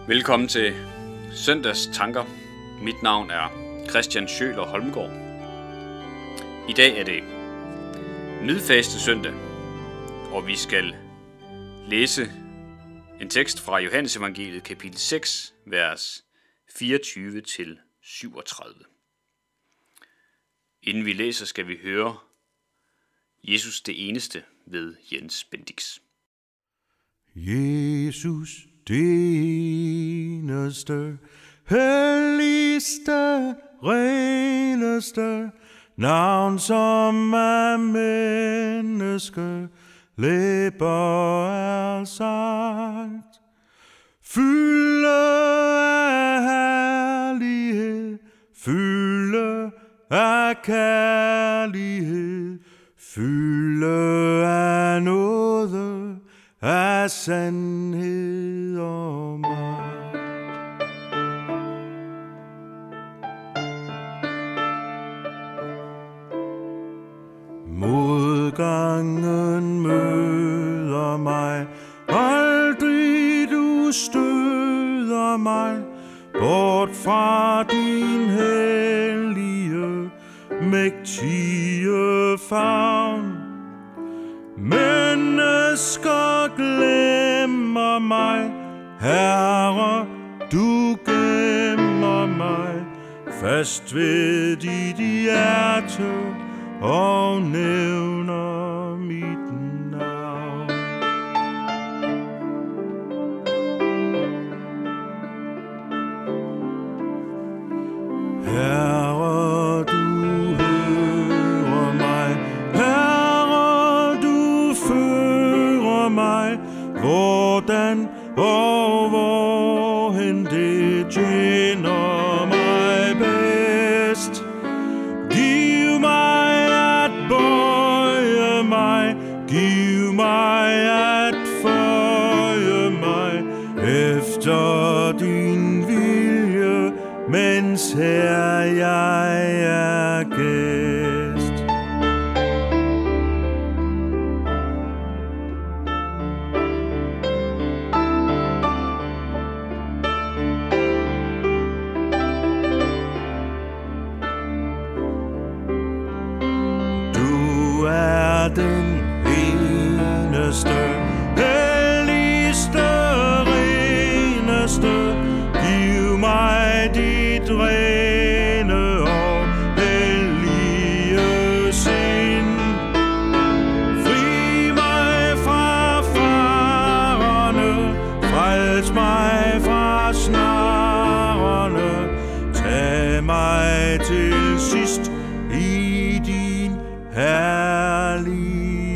Velkommen til Søndags Tanker. Mit navn er Christian Sjøler Holmgaard. I dag er det midfaste søndag, og vi skal læse en tekst fra Johannes Evangeliet kapitel 6, vers 24-37. Inden vi læser, skal vi høre Jesus det eneste ved Jens Bendix. Jesus det eneste, helligste, reneste, navn som er menneske, læber er sagt. Fylde af herlighed, fylde af kærlighed, fylde af nåde, af sandhed og magt. Modgangen møder mig, aldrig du støder mig, bort fra din hellige, mægtige favn. Mennesker glemmer mig, Herre, du gemmer mig, fast ved dit hjerte og nævner mit navn. Herre, du hører mig, Herre, du fører mig, hvordan og hvorhen det tjener mig bedst. Giv mig at bøje mig, giv mig at føje mig efter din vilje, mens her jeg er gæst. Du er den eneste, helligste, reneste. Giv mig dit rene og hellige sind. Fri mig fra farerne, frels mig fra snarerne. Tag mig til sidst i din herlighed.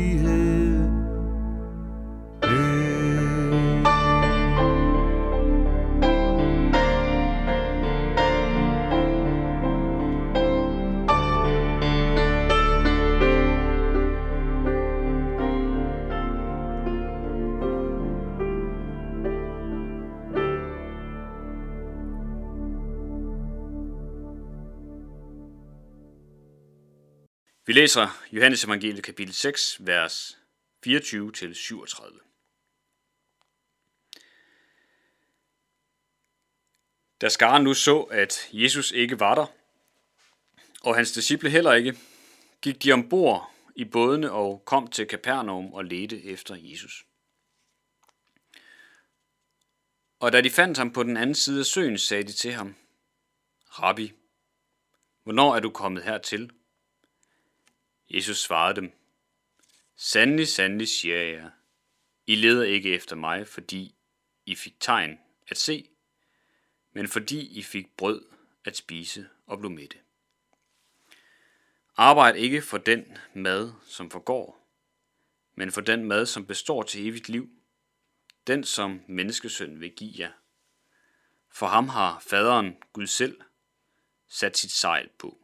Vi læser Johannes Evangeliet kapitel 6, vers 24-37. Da skaren nu så, at Jesus ikke var der, og hans disciple heller ikke, gik de ombord i bådene og kom til Kapernaum og ledte efter Jesus. Og da de fandt ham på den anden side af søen, sagde de til ham: Rabbi, hvornår er du kommet hertil? Jesus svarede dem: Sandelig, sandelig siger jeg jer, I leder ikke efter mig, fordi I fik tegn at se, men fordi I fik brød at spise og blev mætte. Arbejd ikke for den mad, som forgår, men for den mad, som består til evigt liv, den som menneskesønnen vil give jer. For ham har faderen, Gud selv, sat sit sejl på.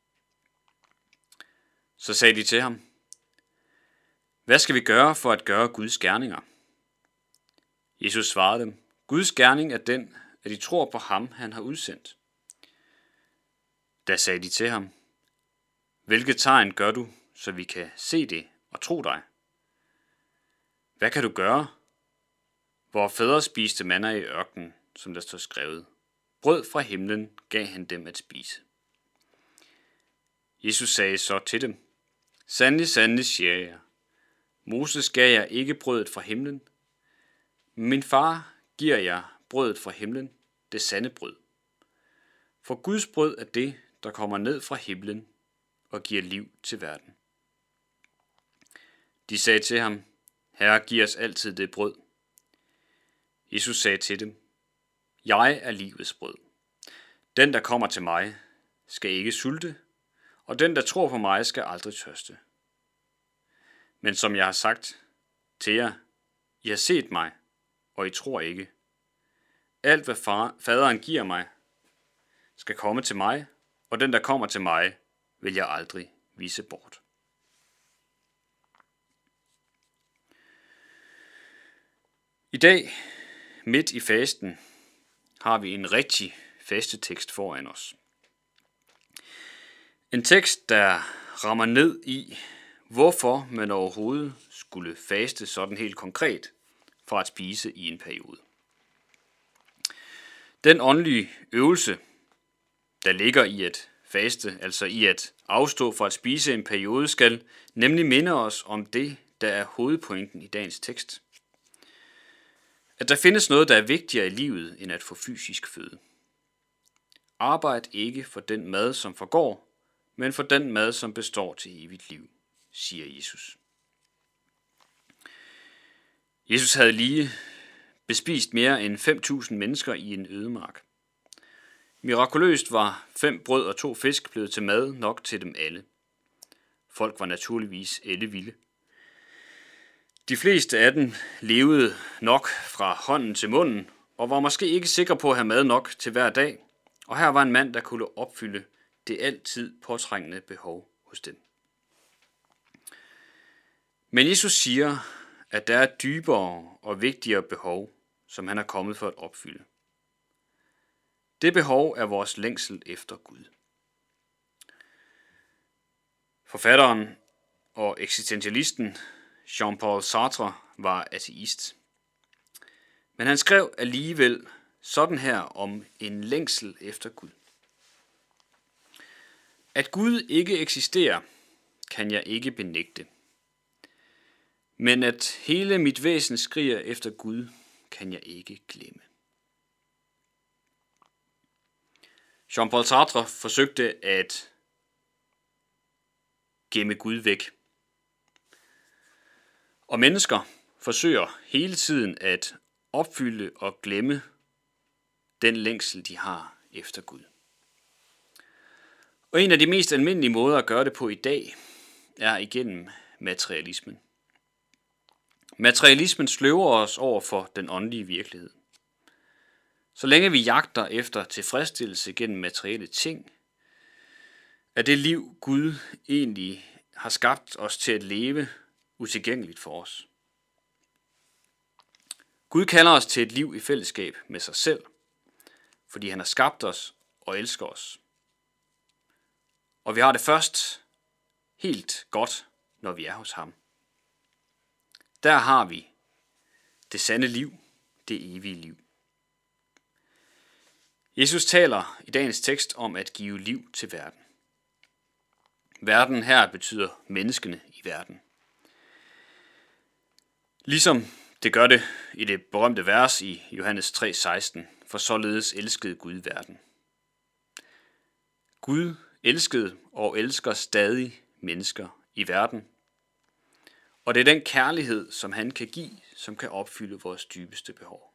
Så sagde de til ham: Hvad skal vi gøre for at gøre Guds gerninger? Jesus svarede dem: Guds gerning er den, at I tror på ham, han har udsendt. Da sagde de til ham: Hvilket tegn gør du, så vi kan se det og tro dig? Hvad kan du gøre? Vore fædre spiste manna i ørkenen, som der står skrevet. Brød fra himlen gav han dem at spise. Jesus sagde så til dem, sandelig, sandelig siger jeg, Moses gav jer ikke brødet fra himlen, men min far giver jer brødet fra himlen, det sande brød. For Guds brød er det, der kommer ned fra himlen og giver liv til verden. De sagde til ham, Herre, giv os altid det brød. Jesus sagde til dem, jeg er livets brød. Den, der kommer til mig, skal ikke sulte, og den, der tror på mig, skal aldrig tørste. Men som jeg har sagt til jer, I har set mig, og I tror ikke. Alt, hvad faderen giver mig, skal komme til mig, og den, der kommer til mig, vil jeg aldrig vise bort. I dag, midt i fasten, har vi en rigtig fastetekst foran os. En tekst, der rammer ned i, hvorfor man overhovedet skulle faste sådan helt konkret for at spise i en periode. Den åndelige øvelse, der ligger i at faste, altså i at afstå fra at spise en periode, skal nemlig minde os om det, der er hovedpointen i dagens tekst. At der findes noget, der er vigtigere i livet, end at få fysisk føde. Arbejd ikke for den mad, som forgår, men for den mad, som består til evigt liv, siger Jesus. Jesus havde lige bespist mere end 5.000 mennesker i en ødemark. Mirakuløst var 5 brød og 2 fisk blevet til mad nok til dem alle. Folk var naturligvis ellevilde. De fleste af dem levede nok fra hånden til munden, og var måske ikke sikre på at have mad nok til hver dag, og her var en mand, der kunne opfylde det altid påtrængende behov hos dem. Men Jesus siger, at der er dybere og vigtigere behov, som han er kommet for at opfylde. Det behov er vores længsel efter Gud. Forfatteren og eksistentialisten Jean-Paul Sartre var ateist. Men han skrev alligevel sådan her om en længsel efter Gud. At Gud ikke eksisterer, kan jeg ikke benægte. Men at hele mit væsen skriger efter Gud, kan jeg ikke glemme. Jean-Paul Sartre forsøgte at gemme Gud væk. Og mennesker forsøger hele tiden at opfylde og glemme den længsel, de har efter Gud. Og en af de mest almindelige måder at gøre det på i dag, er igennem materialismen. Materialismen sløver os over for den åndelige virkelighed. Så længe vi jagter efter tilfredsstillelse gennem materielle ting, er det liv, Gud egentlig har skabt os til at leve, utilgængeligt for os. Gud kalder os til et liv i fællesskab med sig selv, fordi han har skabt os og elsker os. Og vi har det først helt godt, når vi er hos ham. Der har vi det sande liv, det evige liv. Jesus taler i dagens tekst om at give liv til verden. Verden her betyder menneskene i verden. Ligesom det gør det i det berømte vers i Johannes 3:16, for således elskede Gud verden. Gud elskede og elsker stadig mennesker i verden. Og det er den kærlighed, som han kan give, som kan opfylde vores dybeste behov.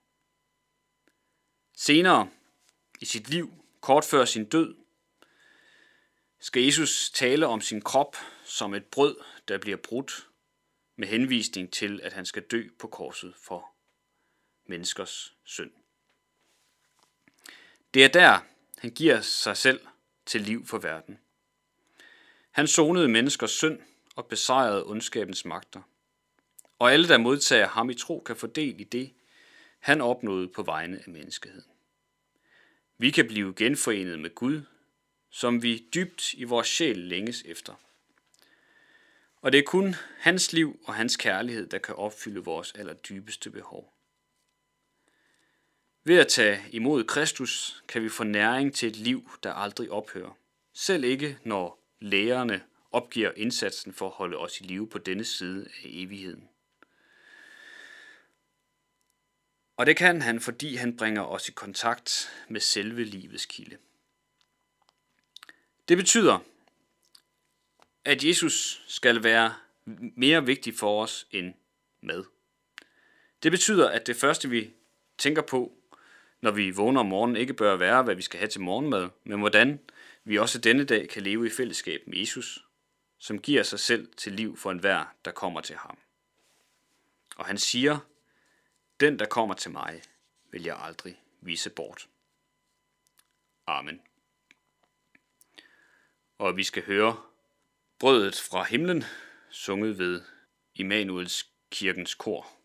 Senere i sit liv, kort før sin død, skal Jesus tale om sin krop som et brød, der bliver brudt, med henvisning til, at han skal dø på korset for menneskers synd. Det er der, han giver sig selv til liv for verden. Han sonede menneskers synd og besejrede ondskabens magter. Og alle, der modtager ham i tro, kan få del i det, han opnåede på vegne af menneskeheden. Vi kan blive genforenet med Gud, som vi dybt i vores sjæl længes efter. Og det er kun hans liv og hans kærlighed, der kan opfylde vores allerdybeste behov. Ved at tage imod Kristus kan vi få næring til et liv, der aldrig ophører. Selv ikke når lægerne opgiver indsatsen for at holde os i live på denne side af evigheden. Og det kan han, fordi han bringer os i kontakt med selve livets kilde. Det betyder, at Jesus skal være mere vigtig for os end mad. Det betyder, at det første, vi tænker på, når vi vågner om morgenen, ikke bør være, hvad vi skal have til morgenmad, men hvordan vi også denne dag kan leve i fællesskab med Jesus, som giver sig selv til liv for enhver, der kommer til ham. Og han siger, den, der kommer til mig, vil jeg aldrig vise bort. Amen. Og vi skal høre brødet fra himlen, sunget ved Immanuels kirkens kor.